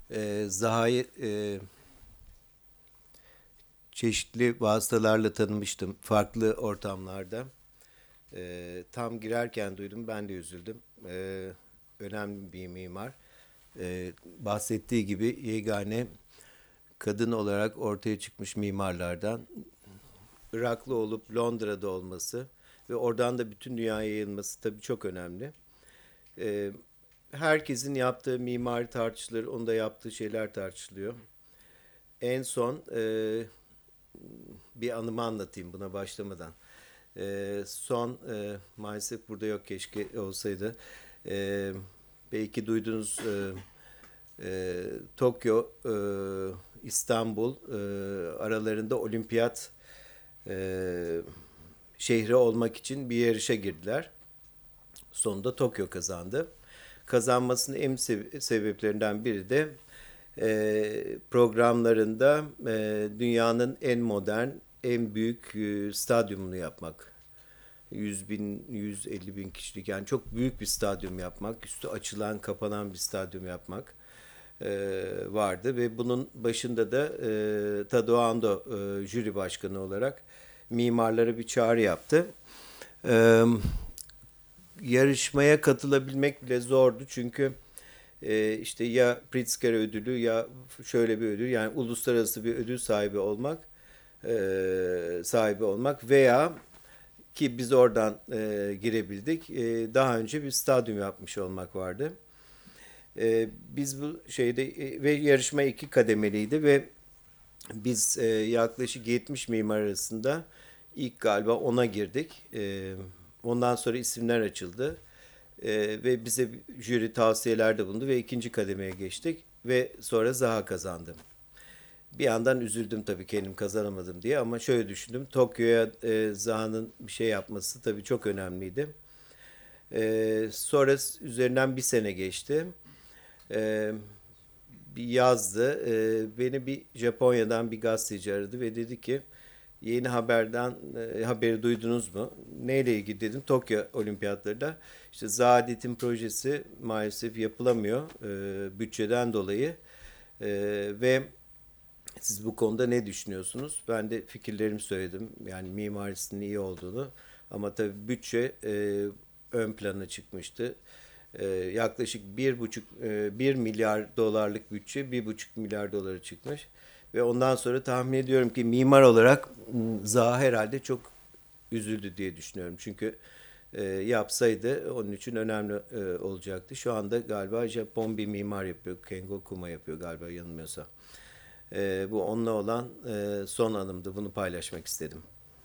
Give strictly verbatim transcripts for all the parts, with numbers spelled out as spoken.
E, Zaha'yı e, çeşitli vasıtalarla tanımıştım farklı ortamlarda. E, tam girerken duydum, ben de üzüldüm. E, önemli bir mimar. E, bahsettiği gibi yegane kadın olarak ortaya çıkmış mimarlardan. Iraklı olup Londra'da olması ve oradan da bütün dünyaya yayılması tabii çok önemli. E, herkesin yaptığı mimari tartışılır, onda yaptığı şeyler tartışılıyor. En son e, bir anımı anlatayım buna başlamadan. Ee, son e, maalesef burada yok, keşke olsaydı. Ee, belki duydunuz, e, e, Tokyo, e, İstanbul e, aralarında olimpiyat e, şehri olmak için bir yarışa girdiler. Sonunda Tokyo kazandı. Kazanmasının en sebe- sebeplerinden biri de e, programlarında e, dünyanın en modern, en büyük e, stadyumunu yapmak. yüz bin, yüz elli bin kişilik, yani çok büyük bir stadyum yapmak, üstü açılan, kapanan bir stadyum yapmak e, vardı ve bunun başında da e, Tadao Ando e, jüri başkanı olarak mimarlara bir çağrı yaptı. E, yarışmaya katılabilmek bile zordu çünkü e, işte ya Pritzker ödülü ya şöyle bir ödül, yani uluslararası bir ödül sahibi olmak e, sahibi olmak veya ki biz oradan e, girebildik. E, daha önce bir stadyum yapmış olmak vardı. E, biz bu şeyde e, ve yarışma iki kademeliydi ve biz e, yaklaşık yetmiş mimar arasında ilk galiba ona girdik. E, ondan sonra isimler açıldı. E, ve bize jüri tavsiyelerde bulundu ve ikinci kademeye geçtik ve sonra Zaha kazandı. Bir yandan üzüldüm tabii kendim kazanamadım diye, ama şöyle düşündüm. Tokyo'ya e, Zaha'nın bir şey yapması tabii çok önemliydi. E, sonra üzerinden bir sene geçti. E, bir yazdı. E, beni bir Japonya'dan bir gazeteci aradı ve dedi ki yeni haberden e, haberi duydunuz mu? Neyle ilgili dedim. Tokyo Olimpiyatları'da işte Zaadet'in projesi maalesef yapılamıyor e, bütçeden dolayı. E, ve siz bu konuda ne düşünüyorsunuz? Ben de fikirlerimi söyledim. Yani mimarisinin iyi olduğunu. Ama tabii bütçe e, ön plana çıkmıştı. E, yaklaşık bir buçuk e, bir milyar dolarlık bütçe bir buçuk milyar dolara çıkmış. Ve ondan sonra tahmin ediyorum ki mimar olarak Zaha herhalde çok üzüldü diye düşünüyorum. Çünkü e, yapsaydı onun için önemli e, olacaktı. Şu anda galiba Japon bir mimar yapıyor. Kengo Kuma yapıyor galiba, yanılmıyorsam. E, bu onunla olan e, son anımdı. Bunu paylaşmak istedim.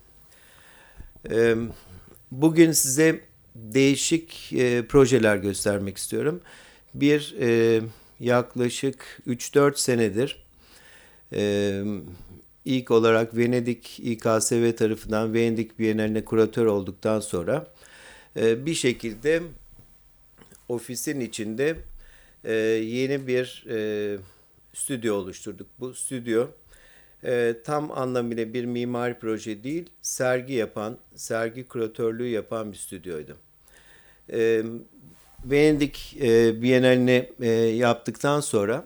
E, bugün size değişik e, projeler göstermek istiyorum. Bir e, yaklaşık üç dört senedir e, ilk olarak Venedik İ K S V tarafından Venedik Bienali'ne kuratör olduktan sonra e, bir şekilde ofisin içinde e, yeni bir e, stüdyo oluşturduk. Bu stüdyo e, tam anlamıyla bir mimari proje değil, sergi yapan, sergi küratörlüğü yapan bir stüdyoydu. E, Venedik e, Bienalini e, yaptıktan sonra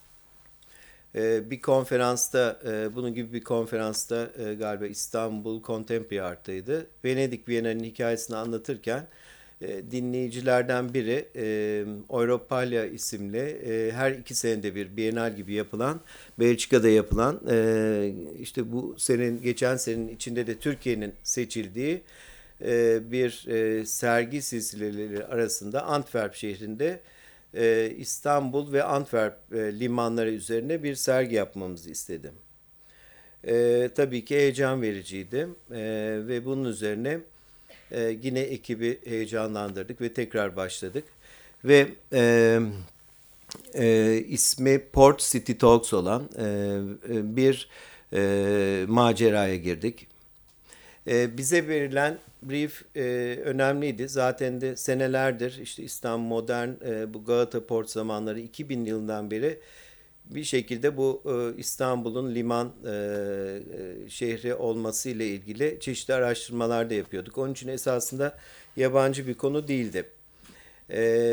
e, bir konferansta, e, bunun gibi bir konferansta e, galiba İstanbul Contemporary Art'taydı. Venedik Bienalinin hikayesini anlatırken e, dinleyicilerden biri e, Europalya isimli e, her iki senede bir Bienal gibi yapılan, Belçika'da yapılan, e, işte bu senin geçen senenin içinde de Türkiye'nin seçildiği e, bir e, sergi silsileleri arasında Antwerp şehrinde e, İstanbul ve Antwerp e, limanları üzerine bir sergi yapmamızı istedi. E, tabii ki heyecan vericiydi. E, ve bunun üzerine e, yine ekibi heyecanlandırdık ve tekrar başladık. Ve e, e, ismi Port City Talks olan e, e, bir e, maceraya girdik. E, bize verilen brief e, önemliydi. Zaten de senelerdir işte İstanbul Modern, e, bu Galata Port zamanları iki bin yılından beri bir şekilde bu e, İstanbul'un liman e, e, şehri olması ile ilgili çeşitli araştırmalar da yapıyorduk. Onun için esasında yabancı bir konu değildi. E,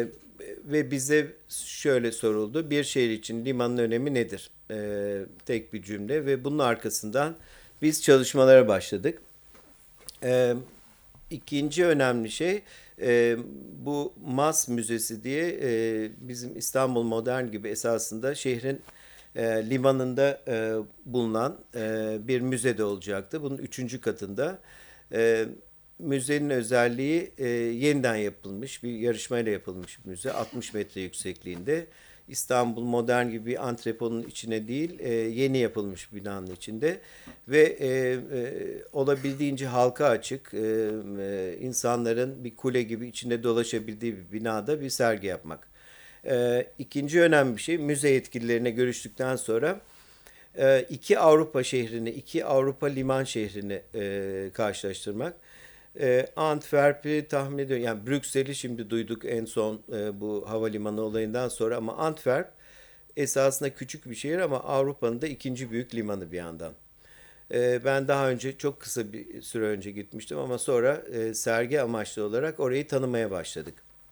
ve bize şöyle soruldu. Bir şehir için limanın önemi nedir? E, tek bir cümle ve bunun arkasından biz çalışmalara başladık. E, ikinci önemli şey e, bu MAS Müzesi diye e, bizim İstanbul Modern gibi esasında şehrin e, limanında e, bulunan e, bir müzede olacaktı. Bunun üçüncü katında. E, Müzenin özelliği e, yeniden yapılmış bir yarışmayla yapılmış bir müze. altmış metre yüksekliğinde. İstanbul Modern gibi bir antreponun içine değil, e, yeni yapılmış bir binanın içinde ve e, e, olabildiğince halka açık, e, e, insanların bir kule gibi içinde dolaşabildiği bir binada bir sergi yapmak. E, ikinci önemli bir şey, müze yetkililerine görüştükten sonra e, iki Avrupa şehrini, iki Avrupa liman şehrini e, karşılaştırmak. E, Antwerp'i tahmin ediyorum. Yani Brüksel'i şimdi duyduk en son e, bu havalimanı olayından sonra ama Antwerp esasında küçük bir şehir ama Avrupa'nın da ikinci büyük limanı bir yandan. E, ben daha önce çok kısa bir süre önce gitmiştim ama sonra e, sergi amaçlı olarak orayı tanımaya başladık.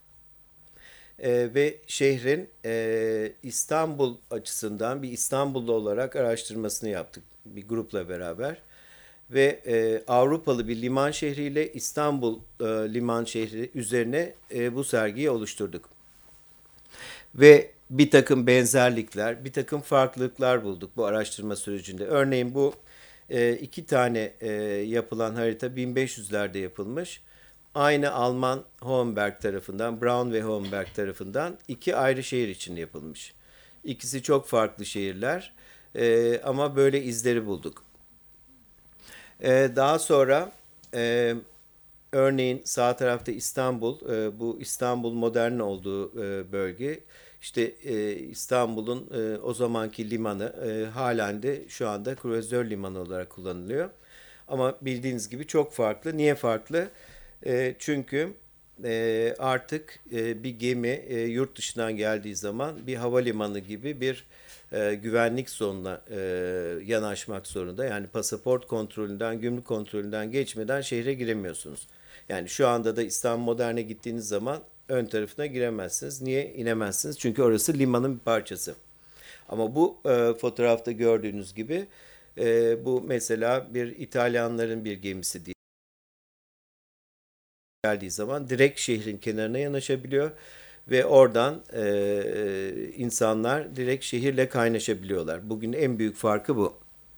E, ve şehrin e, İstanbul açısından bir İstanbullu olarak araştırmasını yaptık bir grupla beraber ve e, Avrupalı bir liman şehriyle İstanbul e, liman şehri üzerine e, bu sergiyi oluşturduk. Ve bir takım benzerlikler, bir takım farklılıklar bulduk bu araştırma sürecinde. Örneğin bu e, iki tane e, yapılan harita bin beş yüzlerde yapılmış. Aynı Alman Hohenberg tarafından, Braun ve Hohenberg tarafından iki ayrı şehir için yapılmış. İkisi çok farklı şehirler e, ama böyle izleri bulduk. Ee, daha sonra e, örneğin sağ tarafta İstanbul, e, bu İstanbul modern olduğu e, bölge. İşte e, İstanbul'un e, o zamanki limanı e, halen de şu anda kruzör limanı olarak kullanılıyor. Ama bildiğiniz gibi çok farklı. Niye farklı? E, çünkü e, artık e, bir gemi e, yurt dışından geldiği zaman bir havalimanı gibi bir e, güvenlik zonuna e, yanaşmak zorunda. Yani pasaport kontrolünden, gümrük kontrolünden geçmeden şehre giremiyorsunuz. Yani şu anda da İstanbul Modern'e gittiğiniz zaman ön tarafına giremezsiniz. Niye inemezsiniz? Çünkü orası limanın bir parçası. Ama bu e, fotoğrafta gördüğünüz gibi e, bu mesela bir İtalyanların bir gemisi diye geldiği zaman direkt şehrin kenarına yanaşabiliyor ve oradan e, insanlar direkt şehirle kaynaşabiliyorlar. Bugün en büyük farkı bu.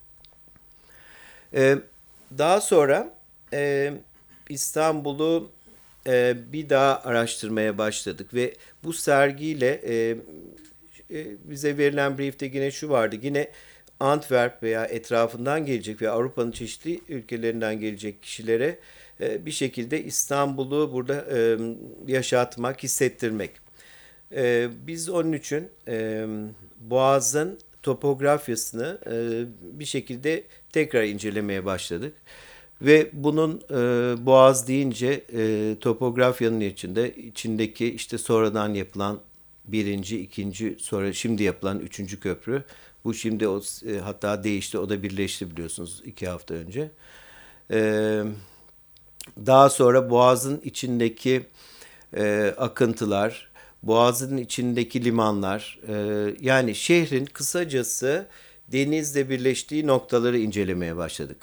E, Daha sonra e, İstanbul'u e, bir daha araştırmaya başladık ve bu sergiyle e, e, bize verilen briefte yine şu vardı. Yine Antwerp veya etrafından gelecek ve Avrupa'nın çeşitli ülkelerinden gelecek kişilere e, bir şekilde İstanbul'u burada e, yaşatmak, hissettirmek. E, biz onun için e, Boğaz'ın topografyasını e, bir şekilde tekrar incelemeye başladık. Ve bunun e, Boğaz deyince e, topografyanın içinde içindeki işte sonradan yapılan birinci, ikinci sonra şimdi yapılan üçüncü köprü. Bu şimdi o, e, hatta değişti o da birleşti biliyorsunuz iki hafta önce. E, Daha sonra Boğaz'ın içindeki e, akıntılar, Boğaz'ın içindeki limanlar, e, yani şehrin kısacası denizle birleştiği noktaları incelemeye başladık.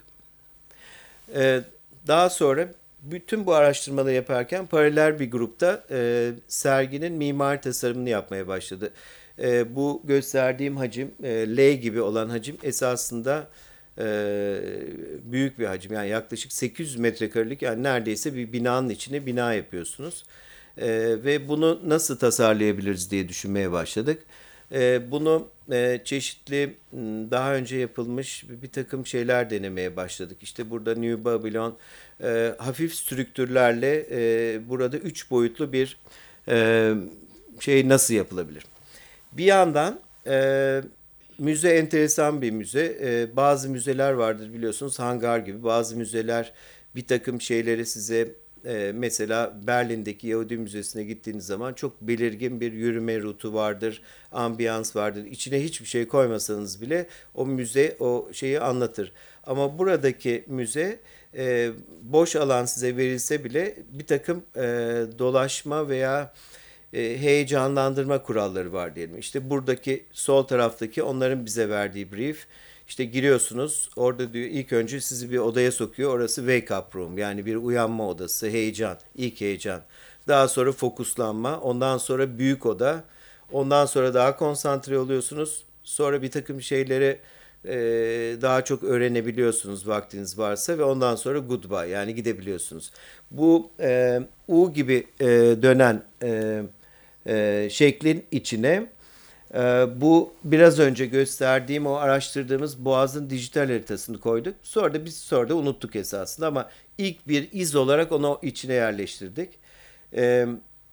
E, Daha sonra bütün bu araştırmaları yaparken paralel bir grupta e, serginin mimari tasarımını yapmaya başladı. E, bu gösterdiğim hacim, e, L gibi olan hacim esasında e, büyük bir hacim. Yani yaklaşık sekiz yüz metrekarelik yani neredeyse bir binanın içine bina yapıyorsunuz. E, ve bunu nasıl tasarlayabiliriz diye düşünmeye başladık. E, bunu e, çeşitli daha önce yapılmış bir takım şeyler denemeye başladık. İşte burada New Babylon e, hafif strüktürlerle e, burada üç boyutlu bir e, şey nasıl yapılabilir? Bir yandan e, müze enteresan bir müze. E, bazı müzeler vardır biliyorsunuz hangar gibi. Bazı müzeler bir takım şeyleri size e, mesela Berlin'deki Yahudi Müzesi'ne gittiğiniz zaman çok belirgin bir yürüme rutu vardır, ambiyans vardır. İçine hiçbir şey koymasanız bile o müze o şeyi anlatır. Ama buradaki müze e, boş alan size verilse bile bir takım e, dolaşma veya e, heyecanlandırma kuralları var diyelim. İşte buradaki sol taraftaki onların bize verdiği brief. İşte giriyorsunuz, orada diyor ilk önce sizi bir odaya sokuyor. Orası wake up room, yani bir uyanma odası, heyecan, ilk heyecan. Daha sonra fokuslanma, ondan sonra büyük oda, ondan sonra daha konsantre oluyorsunuz. Sonra bir takım şeyleri e, daha çok öğrenebiliyorsunuz vaktiniz varsa ve ondan sonra goodbye, yani gidebiliyorsunuz. Bu e, U gibi e, dönen e, e, şeklin içine e, bu biraz önce gösterdiğim o araştırdığımız Boğaz'ın dijital haritasını koyduk. Sonra da biz sonra da unuttuk esasında ama ilk bir iz olarak onu içine yerleştirdik. E,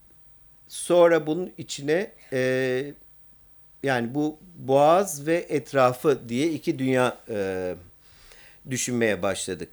Sonra bunun içine e, yani bu Boğaz ve etrafı diye iki dünya e, düşünmeye başladık.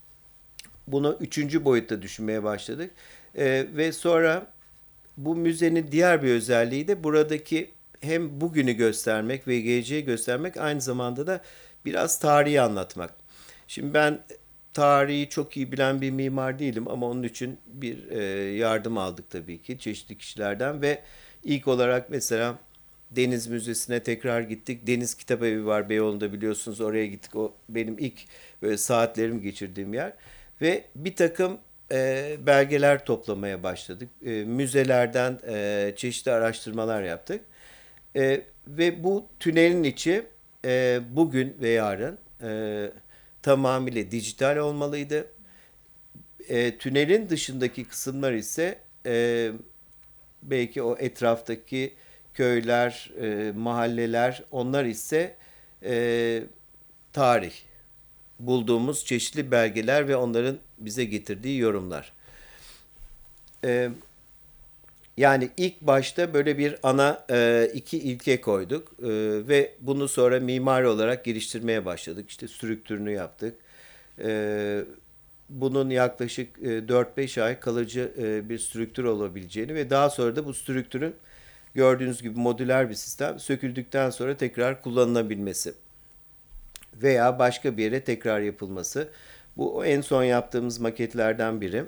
Bunu üçüncü boyutta düşünmeye başladık. E, ve sonra bu müzenin diğer bir özelliği de buradaki hem bugünü göstermek ve geleceği göstermek, aynı zamanda da biraz tarihi anlatmak. Şimdi ben tarihi çok iyi bilen bir mimar değilim ama onun için bir e, yardım aldık tabii ki çeşitli kişilerden ve ilk olarak mesela Deniz Müzesi'ne tekrar gittik. Deniz Kitabevi var Beyoğlu'nda, biliyorsunuz, oraya gittik. O benim ilk böyle saatlerimi geçirdiğim yer. Ve bir takım e, belgeler toplamaya başladık. E, müzelerden e, çeşitli araştırmalar yaptık. E, ve bu tünelin içi e, bugün ve yarın e, tamamıyla dijital olmalıydı. E, tünelin dışındaki kısımlar ise e, belki o etraftaki köyler, e, mahalleler, onlar ise e, tarih. Bulduğumuz çeşitli belgeler ve onların bize getirdiği yorumlar. E, Yani ilk başta böyle bir ana e, iki ilke koyduk. E, ve bunu sonra mimari olarak geliştirmeye başladık. İşte strüktürünü yaptık. E, Bunun yaklaşık e, dört beş ay kalıcı e, bir strüktür olabileceğini ve daha sonra da bu strüktürün gördüğünüz gibi modüler bir sistem, söküldükten sonra tekrar kullanılabilmesi veya başka bir yere tekrar yapılması. Bu en son yaptığımız maketlerden biri.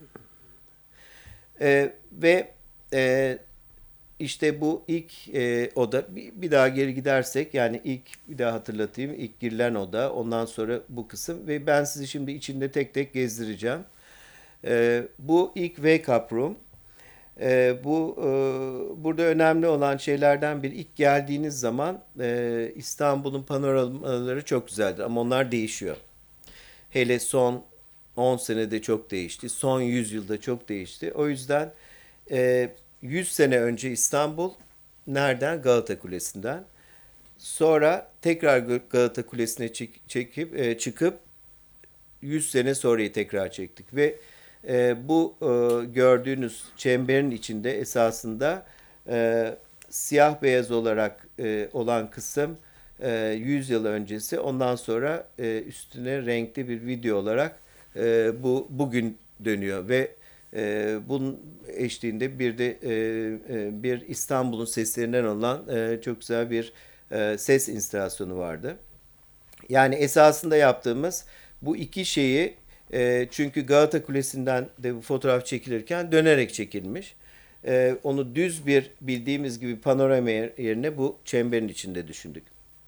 E, ve e, işte bu ilk e, oda, bir, bir daha geri gidersek, yani ilk, bir daha hatırlatayım, ilk girilen oda, ondan sonra bu kısım ve ben sizi şimdi içinde tek tek gezdireceğim. E, bu ilk wake up room. E, bu e, burada önemli olan şeylerden biri, ilk geldiğiniz zaman e, İstanbul'un panoramaları çok güzeldir ama onlar değişiyor. Hele son on senede çok değişti. Son yüz yılda çok değişti. O yüzden e, yüz sene önce İstanbul nereden? Galata Kulesi'nden. Sonra tekrar Galata Kulesi'ne çekip e, çıkıp yüz sene sonrayı tekrar çektik ve e, bu e, gördüğünüz çemberin içinde esasında e, siyah beyaz olarak e, olan kısım e, yüz yıl öncesi. Ondan sonra e, üstüne renkli bir video olarak e, bu bugün dönüyor ve e, bunun eşliğinde bir de e, e, bir İstanbul'un seslerinden olan e, çok güzel bir e, ses instalasyonu vardı. Yani esasında yaptığımız bu iki şeyi, e, çünkü Galata Kulesi'nden de bu fotoğraf çekilirken dönerek çekilmiş. E, onu düz bir bildiğimiz gibi panorama yerine bu çemberin içinde düşündük.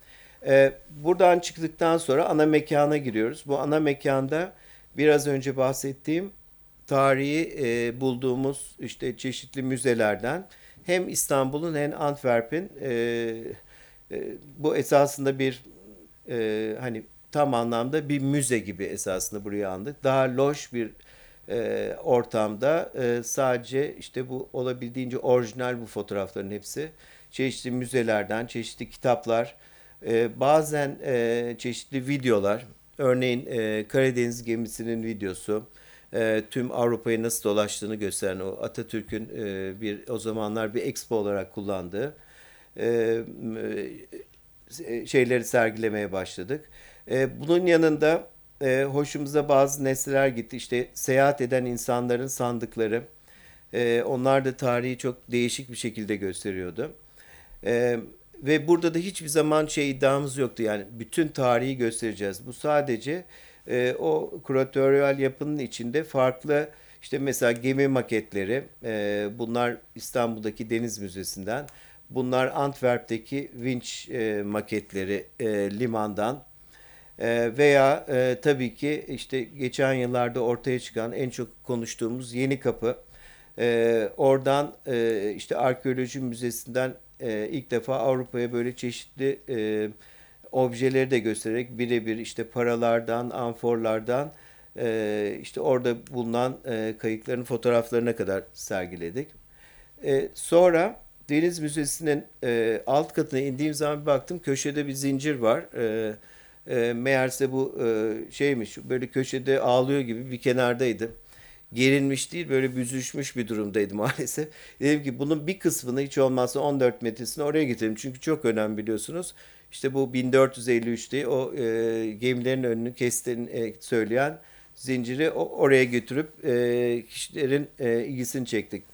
E, buradan çıktıktan sonra ana mekana giriyoruz. Bu ana mekanda biraz önce bahsettiğim tarihi e, bulduğumuz işte çeşitli müzelerden hem İstanbul'un hem Antwerp'in e, e, bu esasında bir e, hani tam anlamda bir müze gibi esasında buraya andık. Daha loş bir e, ortamda e, sadece işte bu olabildiğince orijinal bu fotoğrafların hepsi. Çeşitli müzelerden, çeşitli kitaplar, e, bazen e, çeşitli videolar. Örneğin e, Karadeniz gemisinin videosu, e, tüm Avrupa'yı nasıl dolaştığını gösteren, o Atatürk'ün e, bir o zamanlar bir expo olarak kullandığı e, e, şeyleri sergilemeye başladık. E, bunun yanında e, hoşumuza bazı nesneler gitti. İşte seyahat eden insanların sandıkları. E, onlar da tarihi çok değişik bir şekilde gösteriyordu. E, Ve burada da hiçbir zaman şey iddiamız yoktu. Yani bütün tarihi göstereceğiz. Bu sadece e, o küratöryal yapının içinde farklı İşte mesela gemi maketleri, e, bunlar İstanbul'daki Deniz Müzesi'nden. Bunlar Antwerp'teki vinç e, maketleri e, limandan. E, veya e, tabii ki işte geçen yıllarda ortaya çıkan en çok konuştuğumuz Yeni Kapı. E, oradan e, işte Arkeoloji Müzesi'nden e, ilk defa Avrupa'ya böyle çeşitli e, objeleri de göstererek birebir işte paralardan, amforlardan e, işte orada bulunan e, kayıkların fotoğraflarına kadar sergiledik. E, sonra Deniz Müzesi'nin e, alt katına indiğim zaman bir baktım köşede bir zincir var. E, e, meğerse bu e, şeymiş böyle köşede ağlıyor gibi bir kenardaydı. Gerilmiş değil böyle büzüşmüş bir durumdaydı maalesef. Dedim ki bunun bir kısmını hiç olmazsa on dört metresini oraya getirelim. Çünkü çok önemli biliyorsunuz. İşte bu bin dört yüz elli üçte o e, gemilerin önünü kestiğini e, söyleyen zinciri o, oraya götürüp e, kişilerin e, ilgisini çektik.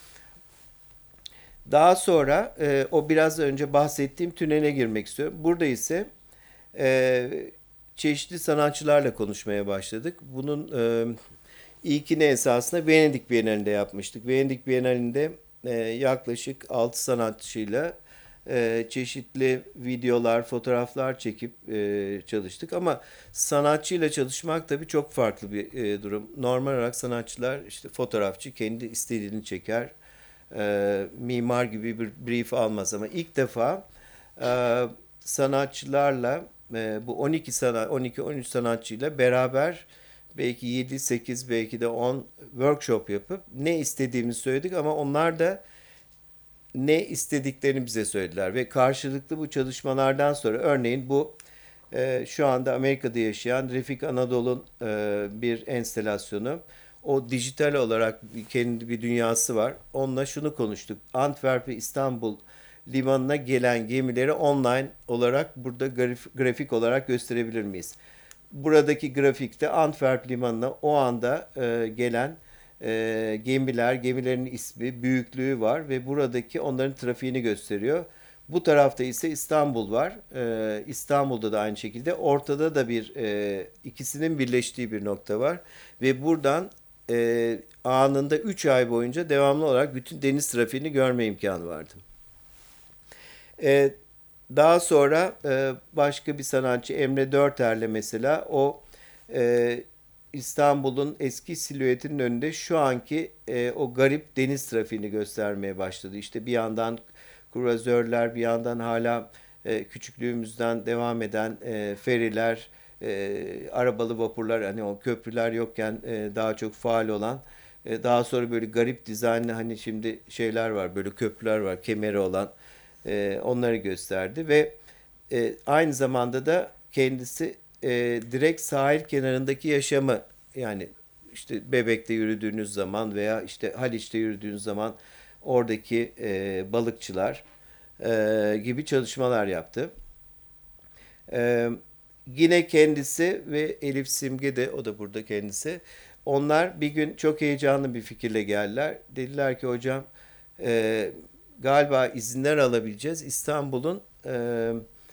Daha sonra e, o biraz önce bahsettiğim tünele girmek istiyorum. Burada ise e, çeşitli sanatçılarla konuşmaya başladık. Bunun e, ilkini esasında Venedik Bienalinde yapmıştık. Venedik Bienalinde e, yaklaşık altı sanatçıyla e, çeşitli videolar, fotoğraflar çekip e, çalıştık. Ama sanatçıyla çalışmak tabii çok farklı bir e, durum. Normal olarak sanatçılar işte fotoğrafçı kendi istediğini çeker. E, mimar gibi bir brief almaz ama ilk defa e, sanatçılarla e, bu on iki sana on iki on üç sanatçıyla beraber belki yedi sekiz belki de on workshop yapıp ne istediğimizi söyledik ama onlar da ne istediklerini bize söylediler ve karşılıklı bu çalışmalardan sonra örneğin bu e, şu anda Amerika'da yaşayan Refik Anadol'un e, bir enstelasyonu. O dijital olarak bir, kendi bir dünyası var. Onunla şunu konuştuk. Antwerp ve İstanbul limanına gelen gemileri online olarak burada graf, grafik olarak gösterebilir miyiz? Buradaki grafikte Antwerp limanına o anda e, gelen e, gemiler, gemilerin ismi, büyüklüğü var ve buradaki onların trafiğini gösteriyor. Bu tarafta ise İstanbul var. E, İstanbul'da da aynı şekilde. Ortada da bir e, ikisinin birleştiği bir nokta var ve buradan e, anında üç ay boyunca devamlı olarak bütün deniz trafiğini görme imkanı vardı. E, Daha sonra e, başka bir sanatçı Emre Dörter'le mesela o e, İstanbul'un eski silüetinin önünde şu anki e, o garip deniz trafiğini göstermeye başladı. İşte bir yandan kruzörler, bir yandan hala e, küçüklüğümüzden devam eden e, feriler, e, arabalı vapurlar, hani o köprüler yokken e, daha çok faal olan, e, daha sonra böyle garip dizaynlı hani şimdi şeyler var, böyle köprüler var, kemeri olan e, onları gösterdi ve e, aynı zamanda da kendisi e, direkt sahil kenarındaki yaşamı yani işte Bebek'te yürüdüğünüz zaman veya işte Haliç'te yürüdüğünüz zaman oradaki e, balıkçılar e, gibi çalışmalar yaptı. E, Yine kendisi ve Elif Simge de o da burada kendisi. Onlar bir gün çok heyecanlı bir fikirle geldiler. Dediler ki hocam e, galiba izinler alabileceğiz. İstanbul'un e,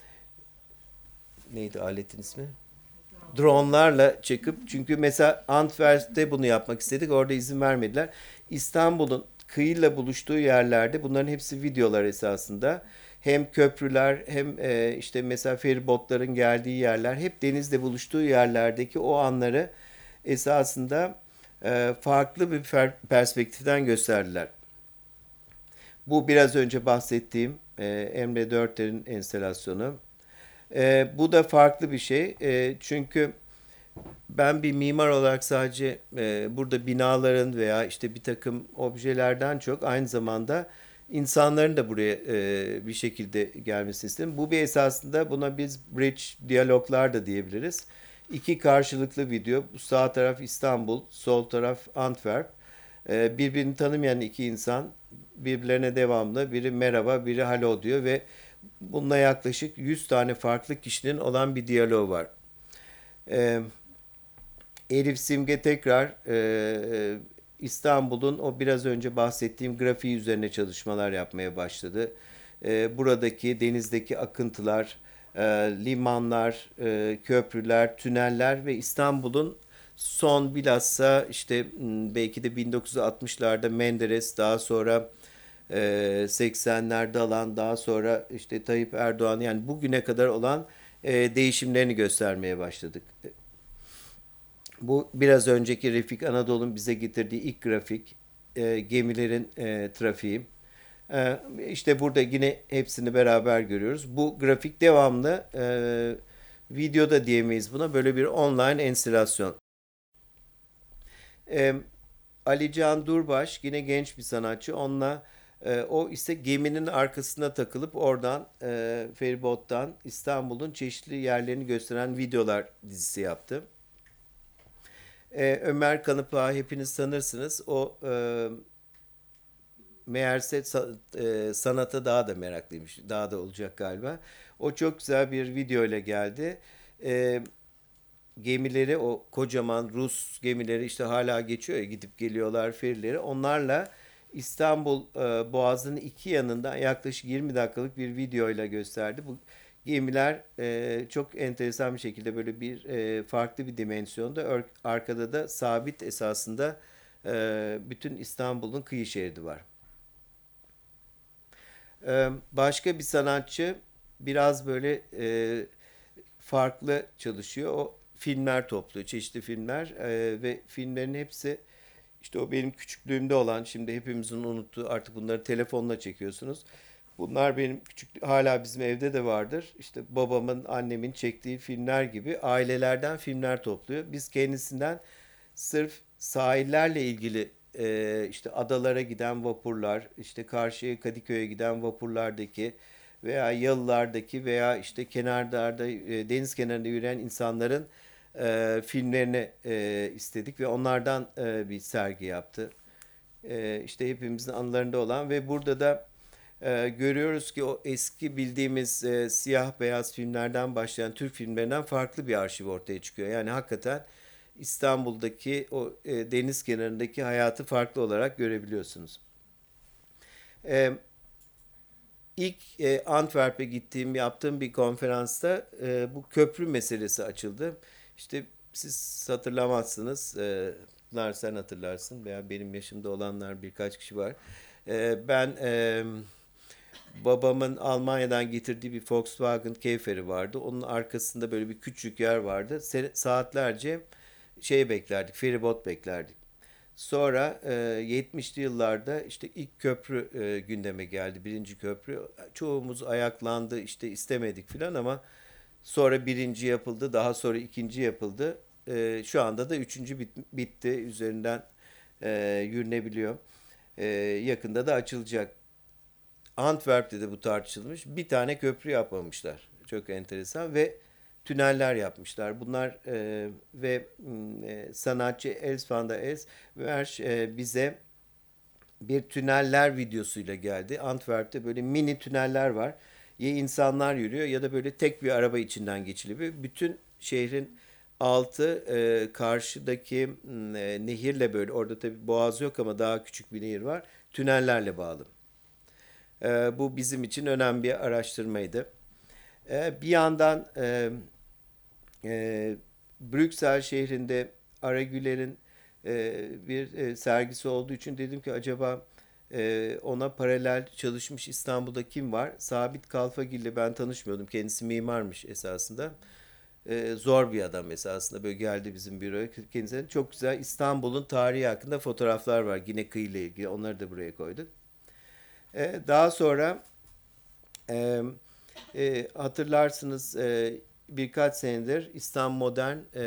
neydi aletin ismi? Dronlarla çekip çünkü mesela Antwerp'te bunu yapmak istedik. Orada izin vermediler. İstanbul'un kıyıyla buluştuğu yerlerde bunların hepsi videolar esasında. Hem köprüler hem e, işte mesela feribotların geldiği yerler hep denizle buluştuğu yerlerdeki o anları esasında e, farklı bir perspektiften gösterdiler. Bu biraz önce bahsettiğim e, Emre Dörter'in enstalasyonu. E, bu da farklı bir şey. E, çünkü ben bir mimar olarak sadece e, burada binaların veya işte bir takım objelerden çok aynı zamanda insanların da buraya e, bir şekilde gelmesini istedim. Bu bir esasında buna biz bridge diyaloglar da diyebiliriz. İki karşılıklı video. Bu sağ taraf İstanbul, sol taraf Antwerp. E, birbirini tanımayan iki insan birbirlerine devamlı biri merhaba, biri halo diyor ve bununla yaklaşık yüz tane farklı kişinin olan bir diyaloğu var. E, Elif Simge tekrar e, İstanbul'un o biraz önce bahsettiğim grafiği üzerine çalışmalar yapmaya başladı. E, buradaki denizdeki akıntılar, e, limanlar, e, köprüler, tüneller ve İstanbul'un Son bilhassa işte m, belki de bin dokuz yüz altmışlarda Menderes, daha sonra e, seksenlerde alan, daha sonra işte Tayyip Erdoğan, yani bugüne kadar olan e, değişimlerini göstermeye başladık. Bu biraz önceki Refik Anadolu'nun bize getirdiği ilk grafik, e, gemilerin e, trafiği. E, işte burada yine hepsini beraber görüyoruz. Bu grafik devamlı, e, videoda diyemeyiz buna, böyle bir online enstalasyon. E, Ali Can Durbaş yine genç bir sanatçı. Onunla e, o ise geminin arkasına takılıp oradan e, feribottan İstanbul'un çeşitli yerlerini gösteren videolar dizisi yaptı. E, Ömer Kanıpağ hepiniz tanırsınız. O e, meğerse sa- e, sanata daha da meraklıymış. Daha da olacak galiba. O çok güzel bir video ile geldi. E, Gemileri, o kocaman Rus gemileri işte hala geçiyor ya, gidip geliyorlar ferileri. Onlarla İstanbul e, Boğazı'nın iki yanından yaklaşık yirmi dakikalık bir video ile gösterdi. Bu gemiler e, çok enteresan bir şekilde böyle bir e, farklı bir dimensionda, ör- arkada da sabit esasında e, bütün İstanbul'un kıyı şeridi var. E, başka bir sanatçı biraz böyle e, farklı çalışıyor. O filmler topluyor, çeşitli filmler, e, ve filmlerin hepsi işte o benim küçüklüğümde olan, şimdi hepimizin unuttuğu, artık bunları telefonla çekiyorsunuz. Bunlar benim küçük, hala bizim evde de vardır. İşte babamın, annemin çektiği filmler gibi ailelerden filmler topluyor. Biz kendisinden sırf sahillerle ilgili, e, işte adalara giden vapurlar, işte karşıya Kadıköy'e giden vapurlardaki veya yalılardaki veya işte kenarlarda, e, deniz kenarında yürüyen insanların e, filmlerini e, istedik ve onlardan e, bir sergi yaptı. E, işte hepimizin anılarında olan ve burada da e, görüyoruz ki o eski bildiğimiz e, siyah beyaz filmlerden başlayan Türk filmlerinden farklı bir arşiv ortaya çıkıyor. Yani hakikaten İstanbul'daki o e, deniz kenarındaki hayatı farklı olarak görebiliyorsunuz. E, İlk e, Antwerp'e gittiğim, yaptığım bir konferansta e, bu köprü meselesi açıldı. İşte siz hatırlamazsınız, e, Pınar sen hatırlarsın veya benim yaşımda olanlar birkaç kişi var. E, ben e, babamın Almanya'dan getirdiği bir Volkswagen Käfer'i vardı. Onun arkasında böyle bir küçük yer vardı. Se- saatlerce şey beklerdik, feribot beklerdik. Sonra e, yetmişli yıllarda işte ilk köprü e, gündeme geldi. Birinci köprü. Çoğumuz ayaklandı, işte istemedik filan, ama sonra birinci yapıldı. Daha sonra ikinci yapıldı. E, şu anda da üçüncü bit- bitti. Üzerinden e, yürünebiliyor. E, yakında da açılacak. Antwerp'te de bu tartışılmış. Bir tane köprü yapmamışlar. Çok enteresan ve tüneller yapmışlar. Bunlar e, ve m, e, sanatçı Els van der Els Wersch e, bize bir tüneller videosuyla geldi. Antwerp'te böyle mini tüneller var. Ya insanlar yürüyor ya da böyle tek bir araba içinden geçiliyor. Bütün şehrin altı e, karşıdaki m, e, nehirle, böyle orada tabii boğaz yok ama daha küçük bir nehir var. Tünellerle bağlı. E, bu bizim için önemli bir araştırmaydı. E, bir yandan e, e, Brüksel şehrinde Aragüler'in e, bir e, sergisi olduğu için dedim ki acaba e, ona paralel çalışmış İstanbul'da kim var? Sabit Kalfagil ile ben tanışmıyordum. Kendisi mimarmış esasında. E, zor bir adam esasında. Böyle geldi bizim büroya. Kendisine çok güzel İstanbul'un tarihi hakkında fotoğraflar var. Yine kıyıyla ilgili. Onları da buraya koyduk. E, daha sonra e, e, hatırlarsınız, e, birkaç senedir İstanbul Modern e,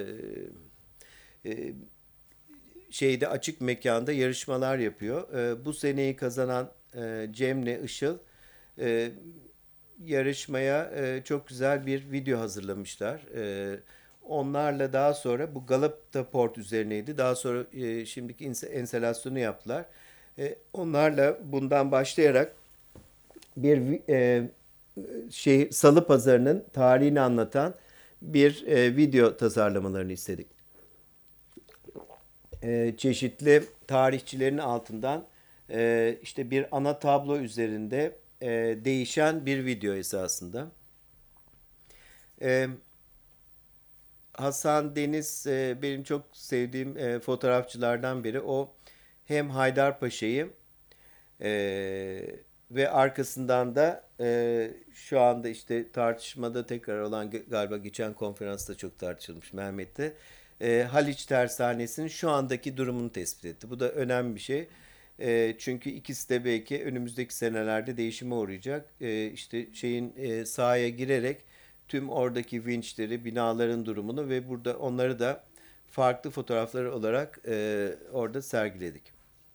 e, şeyde açık mekanda yarışmalar yapıyor. E, bu seneyi kazanan e, Cemre Işıl e, yarışmaya e, çok güzel bir video hazırlamışlar. E, onlarla daha sonra bu Galata Port üzerineydi. Daha sonra e, şimdiki inse- enstalasyonu yaptılar. E, onlarla bundan başlayarak bir e, şey Salı Pazarı'nın tarihini anlatan bir e, video tasarlamalarını istedik. E, çeşitli tarihçilerin altından e, işte bir ana tablo üzerinde e, değişen bir video esasında. E, Hasan Deniz e, benim çok sevdiğim e, fotoğrafçılardan biri. O hem Haydarpaşa'yı e, ve arkasından da e, şu anda işte tartışmada tekrar olan galiba geçen konferansta çok tartışılmış Mehmet'te. E, Haliç Tersanesi'nin şu andaki durumunu tespit etti. Bu da önemli bir şey. E, çünkü ikisi de belki önümüzdeki senelerde değişime uğrayacak. E, işte şeyin e, sahaya girerek tüm oradaki vinçleri, binaların durumunu ve burada onları da farklı fotoğraflar olarak e, orada sergiledik.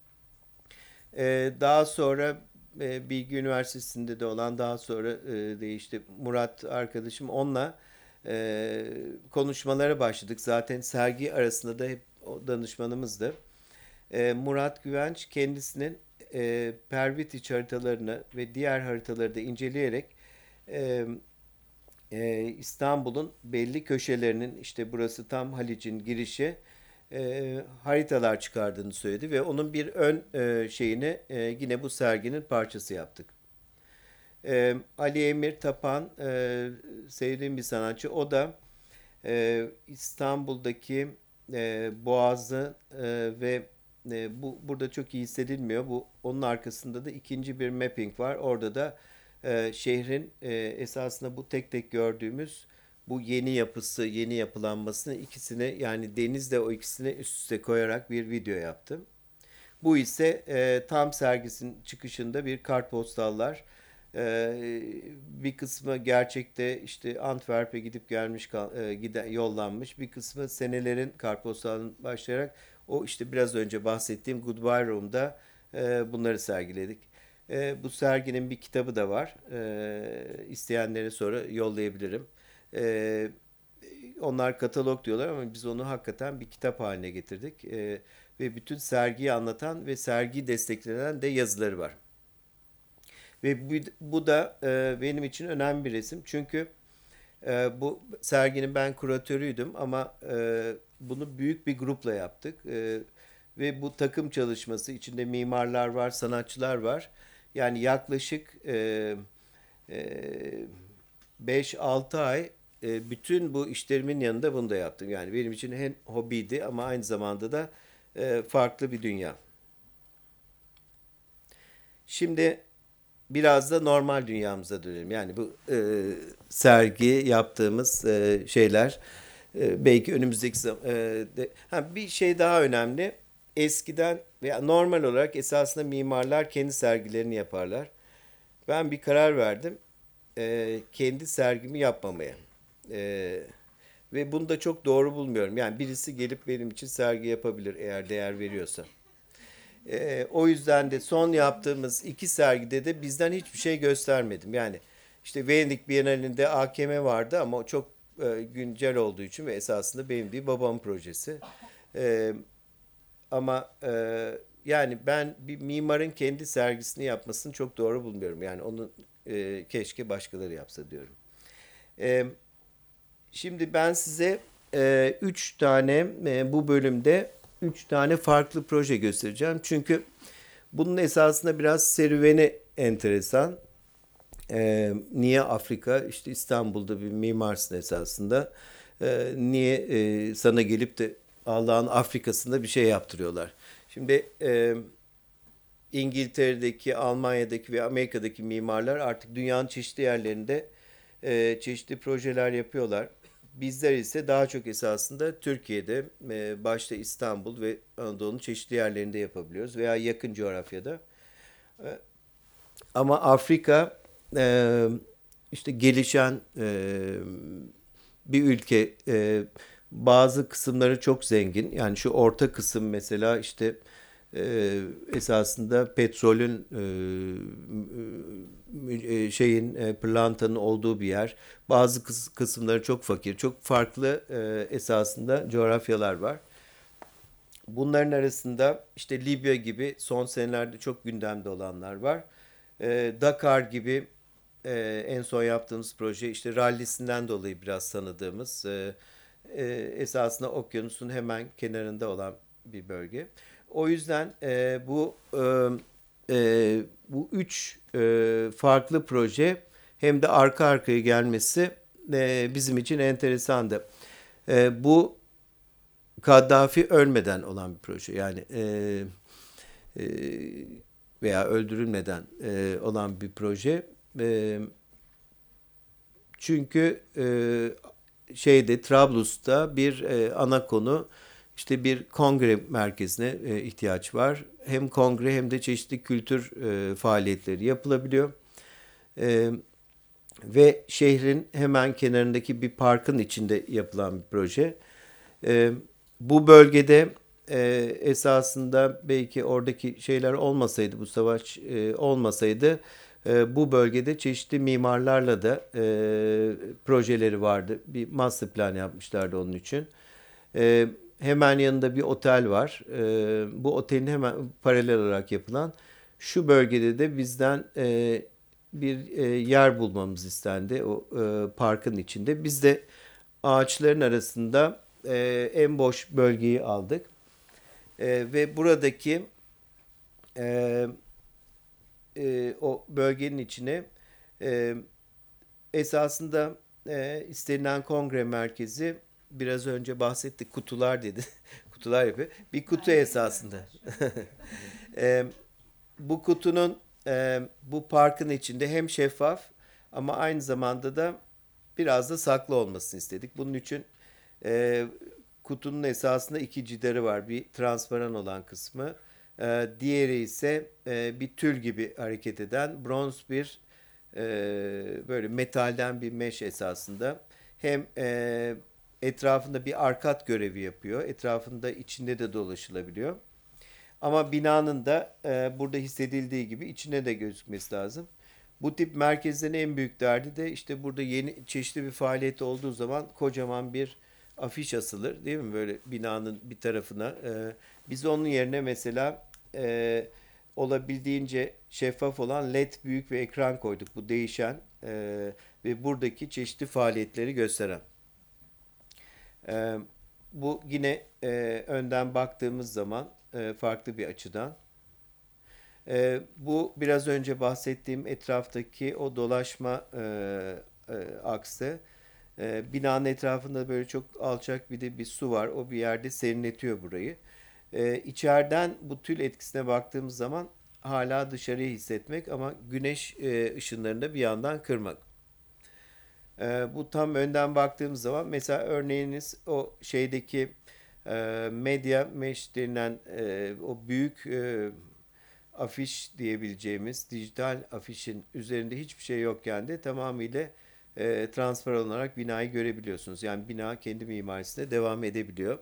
E, daha sonra e, Bilgi Üniversitesi'nde de olan daha sonra e, değişti Murat arkadaşım onunla e, konuşmalara başladık. Zaten sergi arasında da hep o danışmanımızdı. E, Murat Güvenç kendisinin e, Pervitiç haritalarını ve diğer haritaları da inceleyerek e, e, İstanbul'un belli köşelerinin işte burası tam Halic'in girişi e, haritalar çıkardığını söyledi ve onun bir ön e, şeyini e, yine bu serginin parçası yaptık. E, Ali Emir Tapan e, sevdiğim bir sanatçı. O da e, İstanbul'daki e, Boğazı e, ve e, bu burada çok iyi hissedilmiyor. Bu onun arkasında da ikinci bir mapping var. Orada da e, şehrin e, esasında bu tek tek gördüğümüz bu yeni yapısı, yeni yapılanmasını ikisini yani denizle o ikisini üst üste koyarak bir video yaptım. Bu ise e, tam sergisinin çıkışında bir kartpostallar. E, Bir kısmı gerçekte işte Antwerp'e gidip gelmiş, e, gide, yollanmış. Bir kısmı senelerin kartpostalından başlayarak o işte biraz önce bahsettiğim Goodbye Room'da e, bunları sergiledik. E, bu serginin bir kitabı da var. E, isteyenlere sonra yollayabilirim. E, Onlar katalog diyorlar ama biz onu hakikaten bir kitap haline getirdik. E, ve bütün sergiyi anlatan ve sergi desteklenen de yazıları var. Ve bu, bu da e, benim için önemli bir resim. Çünkü e, bu serginin ben kuratörüydüm ama e, bunu büyük bir grupla yaptık. E, ve bu takım çalışması içinde mimarlar var, sanatçılar var. Yani yaklaşık e, e, beş altı ay e, bütün bu işlerimin yanında bunu da yaptım. Yani benim için hem hobiydi ama aynı zamanda da e, farklı bir dünya. Şimdi biraz da normal dünyamıza dönelim. Yani bu e, sergi yaptığımız e, şeyler e, belki önümüzdeki zam- e, de, ha, bir şey daha önemli. Eskiden veya normal olarak esasında mimarlar kendi sergilerini yaparlar. Ben bir karar verdim. E, kendi sergimi yapmamaya. E, Ve bunu da çok doğru bulmuyorum. Yani birisi gelip benim için sergi yapabilir eğer değer veriyorsa. Ee, o yüzden de son yaptığımız iki sergide de bizden hiçbir şey göstermedim. Yani işte Venedik Bienalinde A K M vardı ama o çok e, güncel olduğu için ve esasında benim değil babamın projesi. Ee, Ama e, yani ben bir mimarın kendi sergisini yapmasını çok doğru bulmuyorum. Yani onu e, keşke başkaları yapsa diyorum. Ee, Şimdi ben size e, üç tane e, bu bölümde üç tane farklı proje göstereceğim. Çünkü bunun esasında biraz serüveni enteresan. E, niye Afrika? İşte İstanbul'da bir mimarsın esasında. E, niye e, sana gelip de Allah'ın Afrika'sında bir şey yaptırıyorlar? Şimdi e, İngiltere'deki, Almanya'daki ve Amerika'daki mimarlar artık dünyanın çeşitli yerlerinde e, çeşitli projeler yapıyorlar. Bizler ise daha çok esasında Türkiye'de, e, başta İstanbul ve Anadolu'nun çeşitli yerlerinde yapabiliyoruz veya yakın coğrafyada. E, Ama Afrika e, işte gelişen e, bir ülke. E, bazı kısımları çok zengin. Yani şu orta kısım mesela işte e, esasında petrolün e, e, şeyin e, pırlantanın olduğu bir yer. Bazı kıs- kısımları çok fakir. Çok farklı e, esasında coğrafyalar var. Bunların arasında işte Libya gibi son senelerde çok gündemde olanlar var. Ee, Dakar gibi e, en son yaptığımız proje işte rallisinden dolayı biraz tanıdığımız e, e, esasında okyanusun hemen kenarında olan bir bölge. O yüzden e, bu e, e, bu üç e, farklı proje hem de arka arkaya gelmesi e, bizim için enteresandı. E, bu Kaddafi ölmeden olan bir proje. Yani e, e, veya öldürülmeden e, olan bir proje. E, çünkü e, şeyde Trablus'ta bir e, ana konu işte bir kongre merkezine e, ihtiyaç var. Hem kongre hem de çeşitli kültür e, faaliyetleri yapılabiliyor. E, ve şehrin hemen kenarındaki bir parkın içinde yapılan bir proje. E, bu bölgede e, esasında belki oradaki şeyler olmasaydı, bu savaş e, olmasaydı e, bu bölgede çeşitli mimarlarla da e, projeleri vardı. Bir master plan yapmışlardı onun için. E, hemen yanında bir otel var. E, bu otelin hemen paralel olarak yapılan şu bölgede de bizden e, bir e, yer bulmamız istendi o e, parkın içinde. Biz de ağaçların arasında e, en boş bölgeyi aldık. E, ve buradaki e, e, o bölgenin içine e, esasında e, istenilen kongre merkezi biraz önce bahsettik, kutular dedi. Kutular yapıyor. Bir kutu esasında. e, bu kutunun e, bu parkın içinde hem şeffaf ama aynı zamanda da biraz da saklı olmasını istedik. Bunun için e, kutunun esasında iki cidarı var. Bir transparan olan kısmı. E, diğeri ise e, bir tül gibi hareket eden bronz bir e, böyle metalden bir mesh esasında. Hem e, etrafında bir arkat görevi yapıyor. Etrafında içinde de dolaşılabiliyor. Ama binanın da e, burada hissedildiği gibi içine de gözükmesi lazım. Bu tip merkezlerin en büyük derdi de işte burada yeni çeşitli bir faaliyet olduğu zaman kocaman bir afiş asılır değil mi? Böyle binanın bir tarafına. E, biz onun yerine mesela e, olabildiğince şeffaf olan led büyük bir ekran koyduk. Bu değişen e, ve buradaki çeşitli faaliyetleri gösteren. E, bu yine e, önden baktığımız zaman e, farklı bir açıdan. E, bu biraz önce bahsettiğim etraftaki o dolaşma e, e, aksı. E, binanın etrafında böyle çok alçak bir de bir su var. O bir yerde serinletiyor burayı. E, içeriden bu tül etkisine baktığımız zaman hala dışarıyı hissetmek ama güneş e, ışınlarını da bir yandan kırmak. E, bu tam önden baktığımız zaman mesela örneğiniz o şeydeki e, medya mesh denilen e, o büyük e, afiş diyebileceğimiz dijital afişin üzerinde hiçbir şey yokken de tamamıyla e, transparan olarak binayı görebiliyorsunuz. Yani bina kendi mimarisinde devam edebiliyor.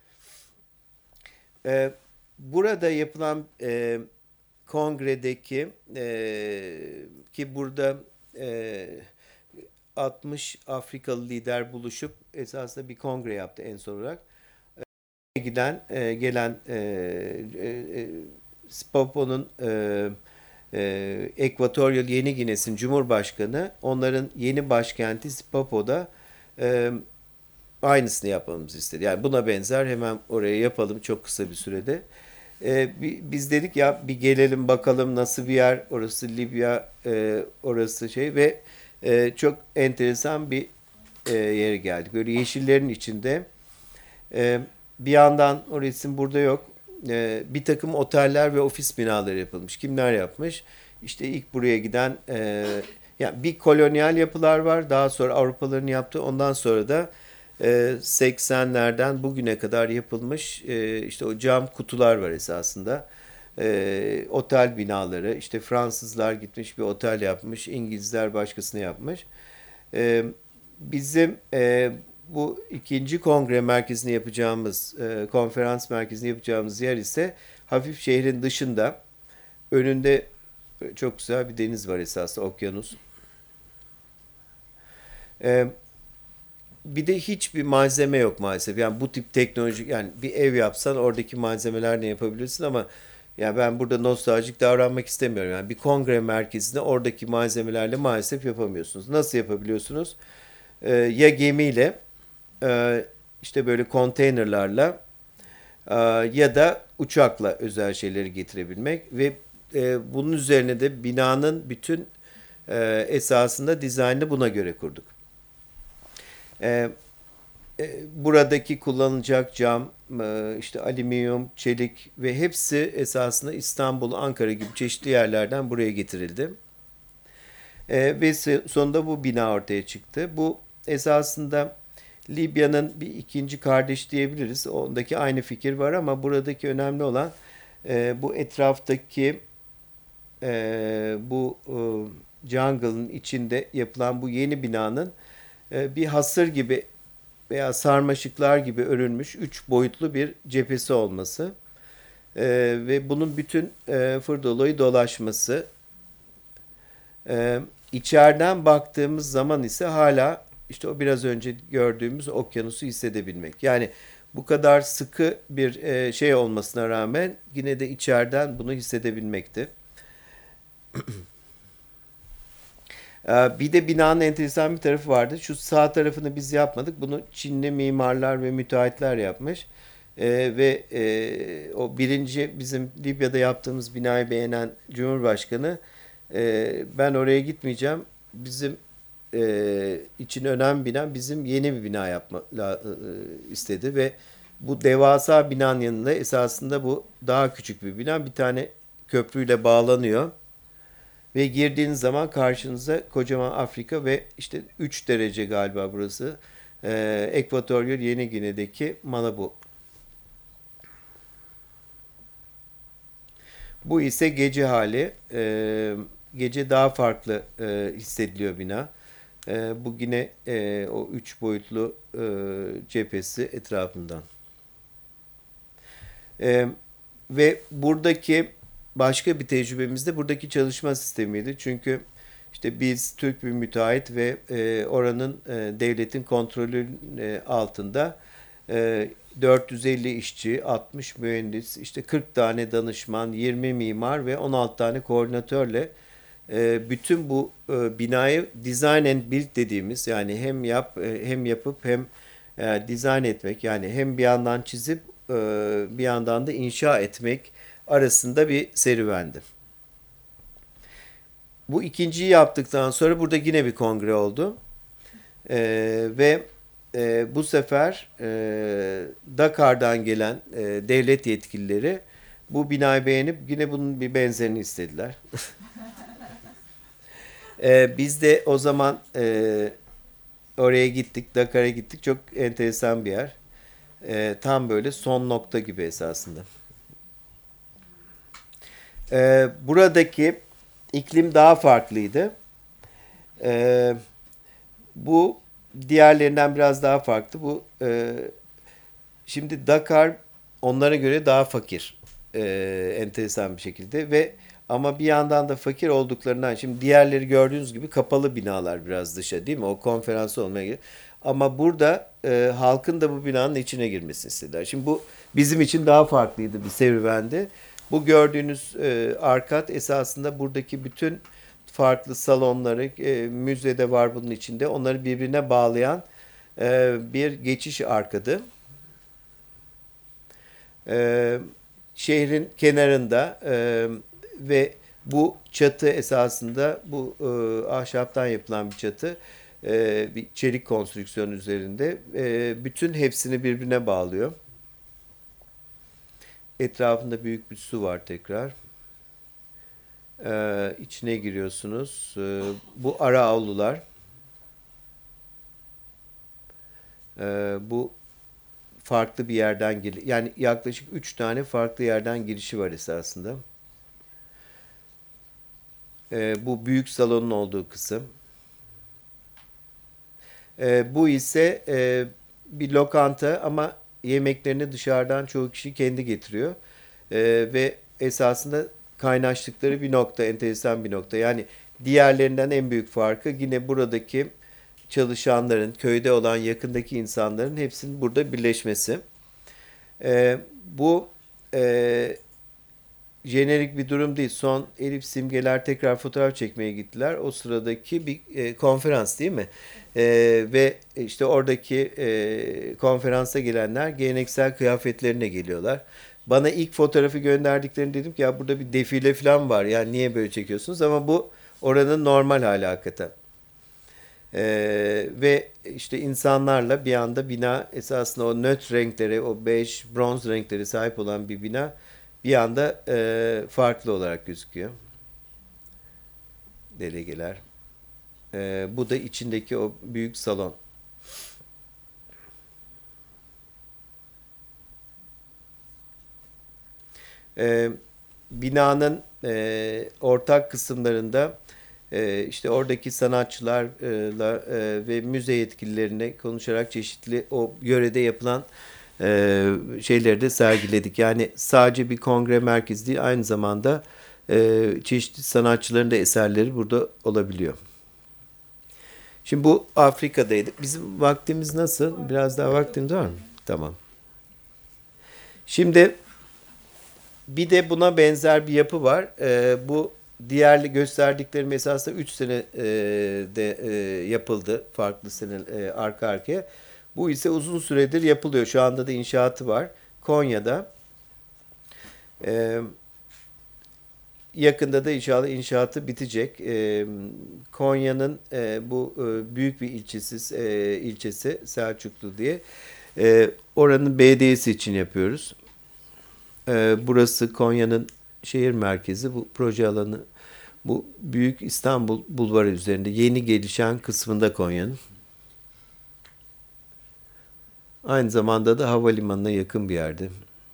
E, burada yapılan e, kongredeki e, ki burada e, altmış Afrikalı lider buluşup esasında bir kongre yaptı en son olarak. Giden e, gelen e, e, e, Spapo'nun e, e, Ekvatoryal Yeni Gine'sin Cumhurbaşkanı onların yeni başkenti Spapo'da e, aynısını yapmamızı istedi. Yani buna benzer hemen oraya yapalım çok kısa bir sürede. E, biz dedik ya bir gelelim bakalım nasıl bir yer orası Libya e, orası şey ve e, çok enteresan bir e, yere geldik. Böyle yeşillerin içinde e, bir yandan o resim burada yok. E, bir takım oteller ve ofis binaları yapılmış. Kimler yapmış? İşte ilk buraya giden e, yani bir kolonyal yapılar var. Daha sonra Avrupalıların yaptığı. Ondan sonra da e, seksenlerden bugüne kadar yapılmış e, işte o cam kutular var esasında. E, otel binaları. İşte Fransızlar gitmiş bir otel yapmış. İngilizler başkasını yapmış. E, bizim e, bu ikinci kongre merkezini yapacağımız, e, konferans merkezini yapacağımız yer ise hafif şehrin dışında. Önünde çok güzel bir deniz var esasında, okyanus. E, bir de hiçbir malzeme yok maalesef. Yani bu tip teknolojik, yani bir ev yapsan oradaki malzemelerle yapabilirsin ama ya ben burada nostaljik davranmak istemiyorum. Yani bir kongre merkezinde oradaki malzemelerle maalesef yapamıyorsunuz. Nasıl yapabiliyorsunuz? E, ya gemiyle e, işte böyle konteynerlarla e, ya da uçakla özel şeyleri getirebilmek ve e, bunun üzerine de binanın bütün e, esasında dizaynını buna göre kurduk. E, e, buradaki kullanılacak cam, e, işte alüminyum, çelik ve hepsi esasında İstanbul, Ankara gibi çeşitli yerlerden buraya getirildi. E, ve se- sonunda bu bina ortaya çıktı. Bu esasında Libya'nın bir ikinci kardeş diyebiliriz. Ondaki aynı fikir var ama buradaki önemli olan e, bu etraftaki e, bu e, jungle'ın içinde yapılan bu yeni binanın e, bir hasır gibi veya sarmaşıklar gibi örülmüş üç boyutlu bir cephesi olması e, ve bunun bütün e, Fırdolayı dolaşması. E, içeriden baktığımız zaman ise hala işte o biraz önce gördüğümüz okyanusu hissedebilmek. Yani bu kadar sıkı bir e, şey olmasına rağmen yine de içeriden bunu hissedebilmekti. Ee, Bir de binanın enteresan bir tarafı vardı. Şu sağ tarafını biz yapmadık. Bunu Çinli mimarlar ve müteahhitler yapmış. Ee, ve e, o birinci bizim Libya'da yaptığımız binayı beğenen Cumhurbaşkanı e, ben oraya gitmeyeceğim. Bizim e, için önemli bina bizim yeni bir bina yapma la- e, istedi ve bu devasa binanın yanında esasında bu daha küçük bir bina bir tane köprüyle bağlanıyor. Ve girdiğiniz zaman karşınıza kocaman Afrika ve işte üç derece galiba burası. Ee, Ekvatoryal Yeni Gine'deki Malabo. Bu ise gece hali. Ee, gece daha farklı e, hissediliyor bina. Ee, bu yine e, o üç boyutlu e, cephesi etrafından. Ee, ve buradaki başka bir tecrübemiz de buradaki çalışma sistemiydi. Çünkü işte biz Türk bir müteahhit ve e, oranın e, devletin kontrolü e, altında e, dört yüz elli işçi, altmış mühendis, işte kırk tane danışman, yirmi mimar ve on altı tane koordinatörle e, bütün bu e, binayı design and build dediğimiz yani hem yap e, hem yapıp hem e, dizayn etmek yani hem bir yandan çizip e, bir yandan da inşa etmek arasında bir serüvendi. Bu ikinciyi yaptıktan sonra burada yine bir kongre oldu. E, ve e, bu sefer e, Dakar'dan gelen e, devlet yetkilileri bu binayı beğenip yine bunun bir benzerini istediler. E, biz de o zaman e, oraya gittik, Dakar'a gittik. Çok enteresan bir yer. E, tam böyle son nokta gibi esasında. E, buradaki iklim daha farklıydı. E, bu diğerlerinden biraz daha farklı. Bu e, şimdi Dakar onlara göre daha fakir. E, enteresan bir şekilde ve ama bir yandan da fakir olduklarından şimdi diğerleri gördüğünüz gibi kapalı binalar biraz dışa değil mi? O konferans olmaya gidiyor. Ama burada e, halkın da bu binanın içine girmesini istediler. Şimdi bu bizim için daha farklıydı bir serüvendi. Bu gördüğünüz e, arkat esasında buradaki bütün farklı salonları, e, müzede var bunun içinde. Onları birbirine bağlayan e, bir geçiş arkadı. E, şehrin kenarında e, ve bu çatı esasında bu e, ahşaptan yapılan bir çatı. E, bir çelik konstrüksiyon üzerinde. E, bütün hepsini birbirine bağlıyor. Etrafında büyük bir su var tekrar. E, içine giriyorsunuz. E, bu ara avlular. E, bu farklı bir yerden gir. Yani yaklaşık üç tane farklı yerden girişi var esasında. E, bu büyük salonun olduğu kısım. E, bu ise e, bir lokanta ama yemeklerini dışarıdan çoğu kişi kendi getiriyor. E, ve esasında kaynaştıkları bir nokta, enteresan bir nokta. Yani diğerlerinden en büyük farkı yine buradaki çalışanların, köyde olan yakındaki insanların hepsinin burada birleşmesi. E, bu e, jenerik bir durum değil. Son Elif Simgeler tekrar fotoğraf çekmeye gittiler. O sıradaki bir e, konferans değil mi? E, ve işte oradaki e, konferansa gelenler geleneksel kıyafetlerine geliyorlar. Bana ilk fotoğrafı gönderdiklerini dedim ki ya burada bir defile falan var. Yani niye böyle çekiyorsunuz? Ama bu oranın normal hali hakikaten. Ee, ve işte insanlarla bir anda bina esasında o nötr renkleri, o bej, bronz renkleri sahip olan bir bina bir anda e, farklı olarak gözüküyor. Delegeler. Ee, bu da içindeki o büyük salon. Ee, binanın e, ortak kısımlarında e, işte oradaki sanatçılarla e, ve müze yetkililerine konuşarak çeşitli o yörede yapılan e, şeyleri de sergiledik. Yani sadece bir kongre merkezi değil, aynı zamanda e, çeşitli sanatçıların da eserleri burada olabiliyor. Şimdi bu Afrika'daydı. Bizim vaktimiz nasıl? Biraz daha vaktimiz var mı? Tamam. Şimdi bir de buna benzer bir yapı var. Ee, bu diğer gösterdiklerim esasında üç sene e, de e, yapıldı. Farklı sene e, arka arkaya. Bu ise uzun süredir yapılıyor. Şu anda da inşaatı var. Konya'da. Ee, yakında da inşallah inşaatı bitecek. Ee, Konya'nın e, bu e, büyük bir ilçesi, e, ilçesi Selçuklu diye. E, oranın belediyesi için yapıyoruz. Ee, burası Konya'nın şehir merkezi. Bu proje alanı bu Büyük İstanbul Bulvarı üzerinde yeni gelişen kısmında Konya'nın. Aynı zamanda da havalimanına yakın bir yerde.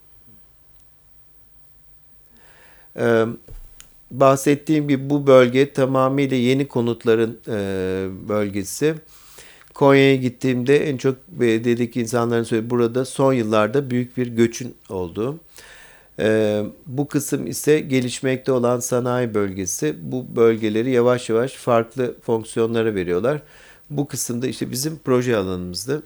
Ee, bahsettiğim gibi bu bölge tamamıyla yeni konutların e, bölgesi. Konya'ya gittiğimde en çok belediyedeki insanların söylediği burada son yıllarda büyük bir göçün olduğu. Ee, bu kısım ise gelişmekte olan sanayi bölgesi. Bu bölgeleri yavaş yavaş farklı fonksiyonlara veriyorlar. Bu kısımda işte bizim proje alanımızdı.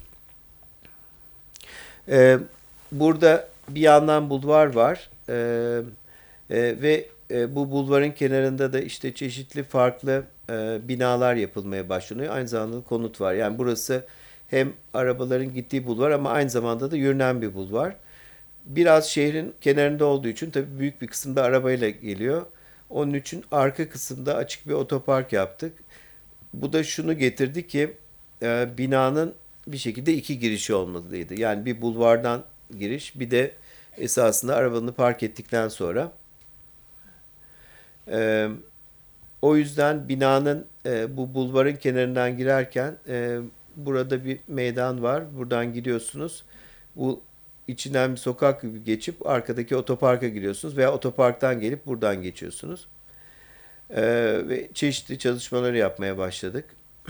Ee, burada bir yandan bulvar var. Ee, e, ve e, bu bulvarın kenarında da işte çeşitli farklı e, binalar yapılmaya başlanıyor. Aynı zamanda konut var. Yani burası hem arabaların gittiği bulvar ama aynı zamanda da yürünen bir bulvar. Biraz şehrin kenarında olduğu için tabii büyük bir kısımda arabayla geliyor. Onun için arka kısımda açık bir otopark yaptık. Bu da şunu getirdi ki e, binanın bir şekilde iki girişi olmalıydı. Yani bir bulvardan giriş, bir de esasında arabanı park ettikten sonra. E, o yüzden binanın e, bu bulvarın kenarından girerken e, burada bir meydan var. Buradan gidiyorsunuz. Bu içinden bir sokak gibi geçip arkadaki otoparka giriyorsunuz veya otoparktan gelip buradan geçiyorsunuz. E, ve çeşitli çalışmaları yapmaya başladık.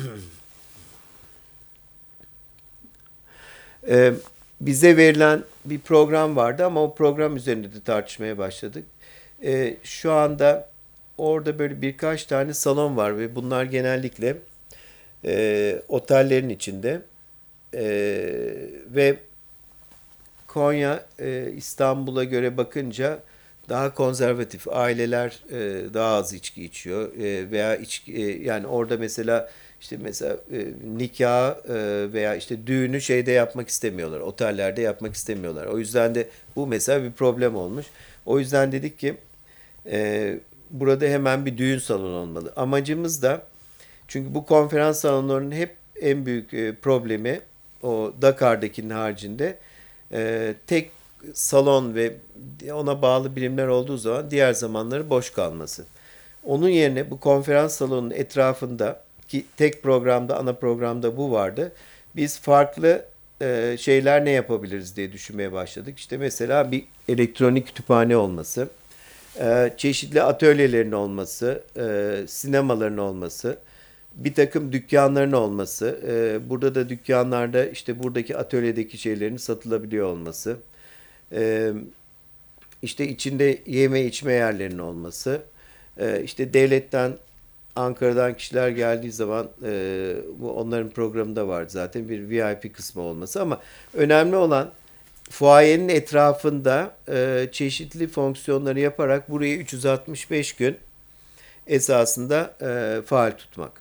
E, bize verilen bir program vardı ama o program üzerinde de tartışmaya başladık. E, şu anda orada böyle birkaç tane salon var ve bunlar genellikle e, otellerin içinde. E, ve Konya e, İstanbul'a göre bakınca daha konservatif. Aileler e, daha az içki içiyor e, veya içki e, yani orada mesela işte mesela e, nikah e, veya işte düğünü şeyde yapmak istemiyorlar. Otellerde yapmak istemiyorlar. O yüzden de bu mesela bir problem olmuş. O yüzden dedik ki e, burada hemen bir düğün salonu olmalı. Amacımız da çünkü bu konferans salonlarının hep en büyük e, problemi o Dakar'dakinin haricinde e, tek salon ve ona bağlı birimler olduğu zaman diğer zamanları boş kalması. Onun yerine bu konferans salonunun etrafında ki tek programda ana programda bu vardı. Biz farklı e, şeyler ne yapabiliriz diye düşünmeye başladık. İşte mesela bir elektronik kütüphane olması, e, çeşitli atölyelerin olması, e, sinemaların olması, bir takım dükkanların olması, e, burada da dükkanlarda işte buradaki atölyedeki şeylerin satılabiliyor olması, e, işte içinde yeme içme yerlerinin olması, e, işte devletten Ankara'dan kişiler geldiği zaman e, bu onların programında var zaten bir V I P kısmı olması ama önemli olan fuayenin etrafında e, çeşitli fonksiyonları yaparak burayı üç yüz altmış beş gün esasında e, faal tutmak.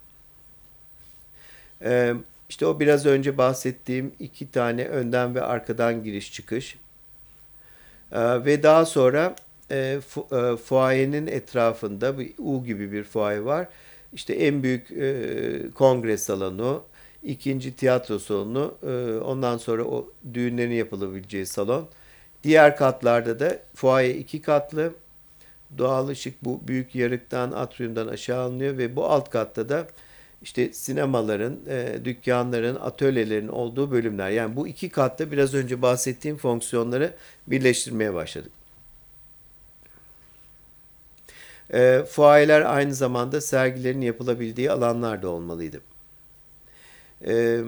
Ee, işte o biraz önce bahsettiğim iki tane önden ve arkadan giriş çıkış. Ee, ve daha sonra e, fu- e, fuayenin etrafında bir U gibi bir fuaye var. İşte en büyük e, kongre salonu, ikinci tiyatro salonu, e, ondan sonra o düğünlerin yapılabileceği salon. Diğer katlarda da fuaye iki katlı. Doğal ışık bu büyük yarıktan, atriumdan aşağı alınıyor ve bu alt katta da işte sinemaların, e, dükkanların, atölyelerin olduğu bölümler. Yani bu iki katta biraz önce bahsettiğim fonksiyonları birleştirmeye başladık. E, fuayeler aynı zamanda sergilerin yapılabildiği alanlar da olmalıydı. E,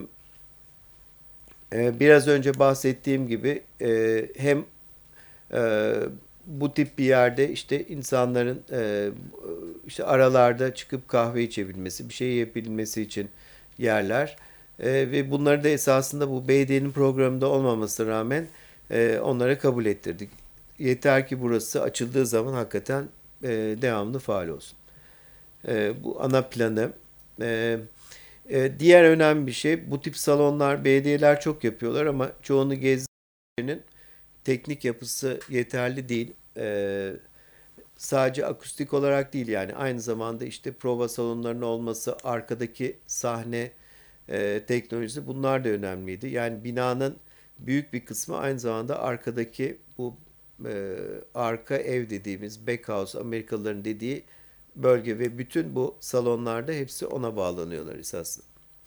e, Biraz önce bahsettiğim gibi e, hem e, bu tip bir yerde işte insanların e, işte aralarda çıkıp kahve içebilmesi, bir şey yapabilmesi için yerler. E, ve bunları da esasında bu B D'nin programında olmamasına rağmen e, onlara kabul ettirdik. Yeter ki burası açıldığı zaman hakikaten e, devamlı faal olsun. E, bu ana planı. E, e, Diğer önemli bir şey, bu tip salonlar belediyeler çok yapıyorlar ama çoğunu gezdiğinin teknik yapısı yeterli değil. E, sadece akustik olarak değil, yani aynı zamanda işte prova salonlarının olması, arkadaki sahne e, teknolojisi, bunlar da önemliydi. Yani binanın büyük bir kısmı aynı zamanda arkadaki bu e, arka ev dediğimiz backhouse, Amerikalıların dediği bölge ve bütün bu salonlarda hepsi ona bağlanıyorlar esasında.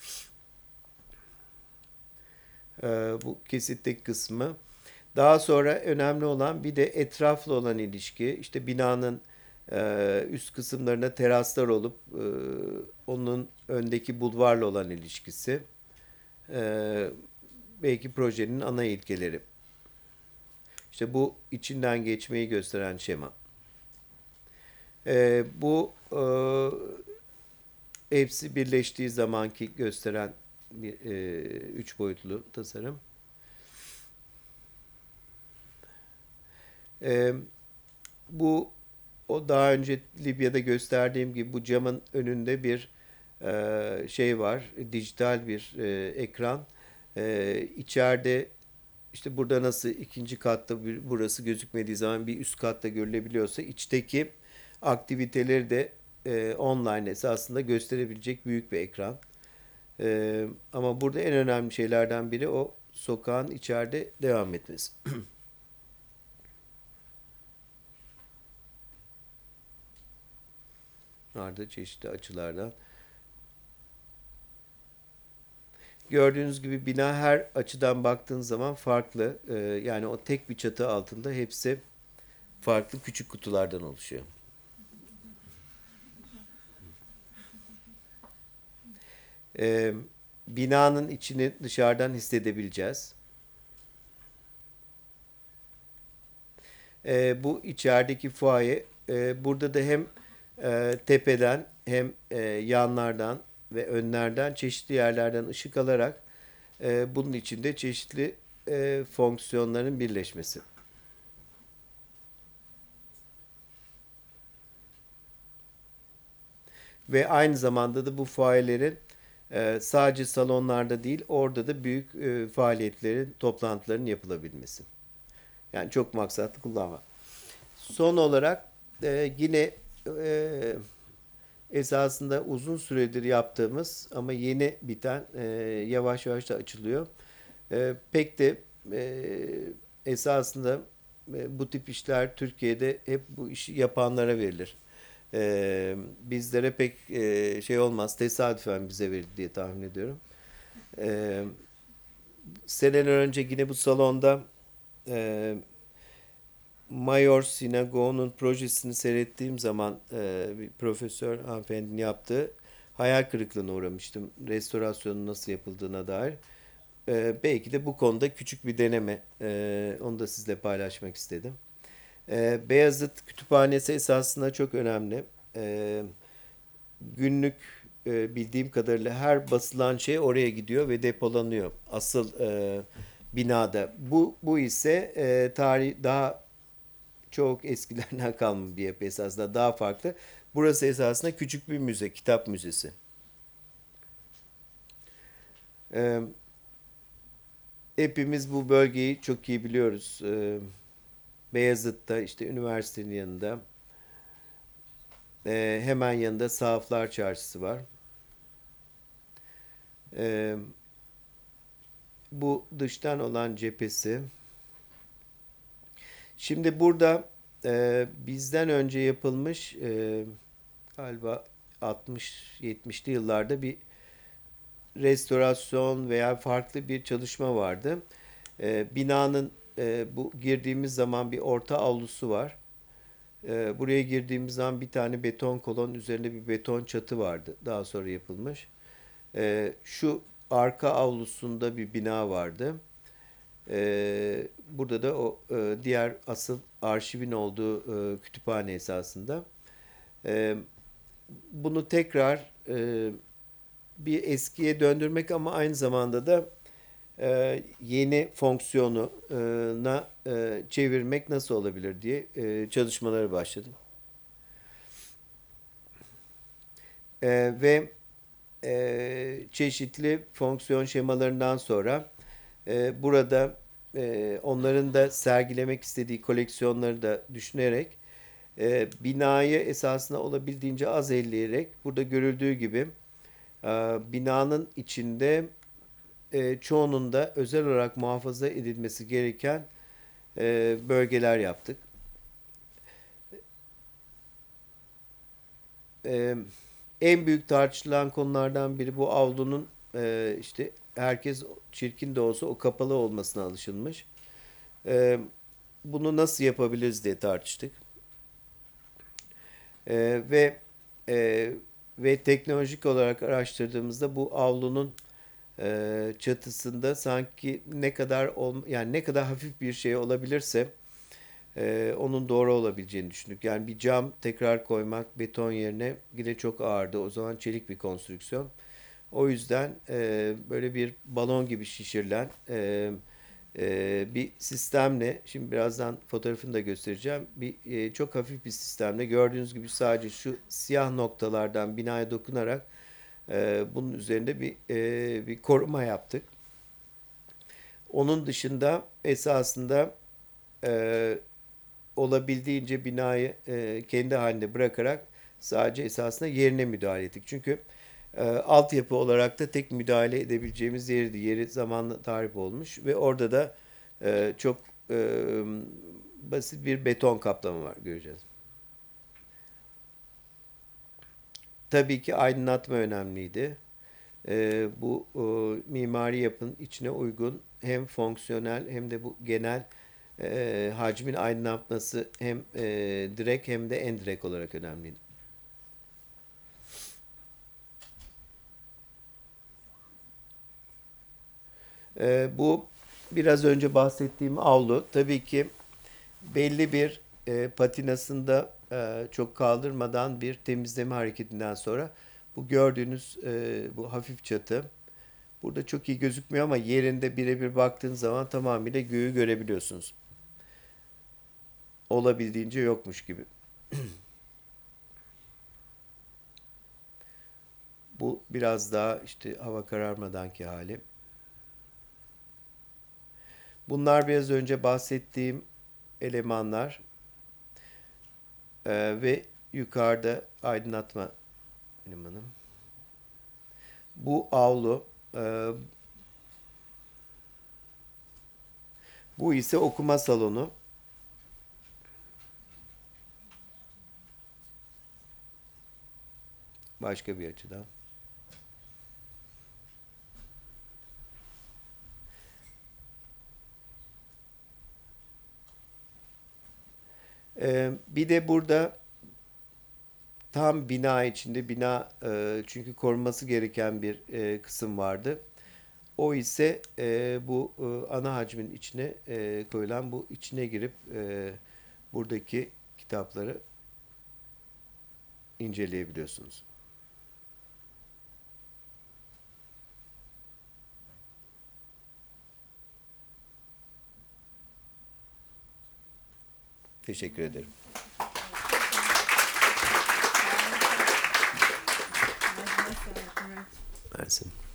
E, Bu kesitlik kısmı. Daha sonra önemli olan bir de etrafla olan ilişki. İşte binanın e, üst kısımlarında teraslar olup e, onun öndeki bulvarla olan ilişkisi. E, Belki projenin ana ilkeleri. İşte bu içinden geçmeyi gösteren şema. E, bu e, hepsi birleştiği zamanki gösteren bir e, üç boyutlu tasarım. E, Bu o daha önce Libya'da gösterdiğim gibi bu camın önünde bir e, şey var, dijital bir e, ekran. E, içeride işte burada nasıl ikinci katta bir, burası gözükmediği zaman bir üst katta görülebiliyorsa, içteki aktiviteleri de e, online esasında gösterebilecek büyük bir ekran. E, ama burada en önemli şeylerden biri o sokağın içeride devam etmesi. Arada çeşitli açılardan. Gördüğünüz gibi bina her açıdan baktığın zaman farklı. Ee, yani o tek bir çatı altında hepsi farklı küçük kutulardan oluşuyor. Ee, Binanın içini dışarıdan hissedebileceğiz. Ee, bu içerideki fuaye, e, burada da hem e, tepeden hem e, yanlardan ve önlerden çeşitli yerlerden ışık alarak e, bunun içinde çeşitli e, fonksiyonların birleşmesi. Ve aynı zamanda da bu fuayelerin e, sadece salonlarda değil, orada da büyük e, faaliyetlerin, toplantıların yapılabilmesi. Yani çok maksatlı kullanma. Son olarak e, yine e, esasında uzun süredir yaptığımız ama yeni biten, e, yavaş yavaş da açılıyor. E, pek de e, esasında e, bu tip işler Türkiye'de hep bu işi yapanlara verilir. E, bizlere pek e, şey olmaz, tesadüfen bize verildi diye tahmin ediyorum. E, Seneler önce yine bu salonda e, Mayor Sinagogu'nun projesini seyrettiğim zaman e, bir profesör hanımefendinin yaptığı, hayal kırıklığına uğramıştım. Restorasyonun nasıl yapıldığına dair. E, belki de bu konuda küçük bir deneme. E, onu da sizle paylaşmak istedim. E, Beyazıt Kütüphanesi esasında çok önemli. E, Günlük e, bildiğim kadarıyla her basılan şey oraya gidiyor ve depolanıyor. Asıl e, binada. Bu bu ise e, tarih daha çok eskilerden kalma bir yapı esasında, daha farklı. Burası esasında küçük bir müze, kitap müzesi. Ee, Hepimiz bu bölgeyi çok iyi biliyoruz. Ee, Beyazıt'ta işte üniversitenin yanında. e, hemen yanında Sahaflar Çarşısı var. E, bu dıştan olan cephesi. Şimdi burada e, bizden önce yapılmış e, galiba altmış yetmişli yıllarda bir restorasyon veya farklı bir çalışma vardı. E, binanın e, bu girdiğimiz zaman bir orta avlusu var. E, buraya girdiğimiz zaman bir tane beton kolon üzerinde bir beton çatı vardı. Daha sonra yapılmış. E, şu arka avlusunda bir bina vardı. E, burada da o e, diğer asıl arşivin olduğu e, kütüphane esasında. E, bunu tekrar e, bir eskiye döndürmek ama aynı zamanda da e, yeni fonksiyonuna e, çevirmek nasıl olabilir diye e, çalışmalara başladım. E, ve e, çeşitli fonksiyon şemalarından sonra e, burada e, onların da sergilemek istediği koleksiyonları da düşünerek e, binayı esasında olabildiğince az elleyerek burada görüldüğü gibi e, binanın içinde e, çoğunun da özel olarak muhafaza edilmesi gereken e, bölgeler yaptık. E, en büyük tartışılan konulardan biri bu avlunun e, işte herkes çirkin de olsa o kapalı olmasına alışılmış. E, bunu nasıl yapabiliriz diye tartıştık. E, ve e, ve teknolojik olarak araştırdığımızda bu avlunun e, çatısında sanki ne kadar ol, yani ne kadar hafif bir şey olabilirse e, onun doğru olabileceğini düşündük. Yani bir cam tekrar koymak beton yerine yine çok ağırdı. O zaman çelik bir konstrüksiyon. O yüzden e, böyle bir balon gibi şişirilen e, e, bir sistemle, şimdi birazdan fotoğrafını da göstereceğim. Bir e, çok hafif bir sistemle gördüğünüz gibi sadece şu siyah noktalardan binaya dokunarak e, bunun üzerinde bir e, bir koruma yaptık. Onun dışında esasında e, olabildiğince binayı e, kendi halinde bırakarak sadece esasında yerine müdahale ettik. Çünkü e, altyapı olarak da tek müdahale edebileceğimiz yerdi. Yeri zamanla tahrip olmuş ve orada da e, çok e, basit bir beton kaplama var, göreceğiz. Tabii ki aydınlatma önemliydi. E, bu e, mimari yapının içine uygun hem fonksiyonel hem de bu genel e, hacmin aydınlatması hem e, direkt hem de endirekt olarak önemliydi. E, bu biraz önce bahsettiğim avlu tabii ki belli bir e, patinasında e, çok kaldırmadan bir temizleme hareketinden sonra bu gördüğünüz e, bu hafif çatı burada çok iyi gözükmüyor ama yerinde birebir baktığın zaman tamamıyla göğü görebiliyorsunuz. Olabildiğince yokmuş gibi. Bu biraz daha işte hava kararmadanki hali. Bunlar biraz önce bahsettiğim elemanlar Ee, ve yukarıda aydınlatma elemanı. Bu avlu, e, bu ise okuma salonu. Başka bir açıdan. Ee, bir de burada tam bina içinde bina e, çünkü korunması gereken bir e, kısım vardı. O ise e, bu e, ana hacmin içine e, koyulan bu içine girip e, buradaki kitapları inceleyebiliyorsunuz. Teşekkür ederim. Ağzına sağlık Murat. Mersin.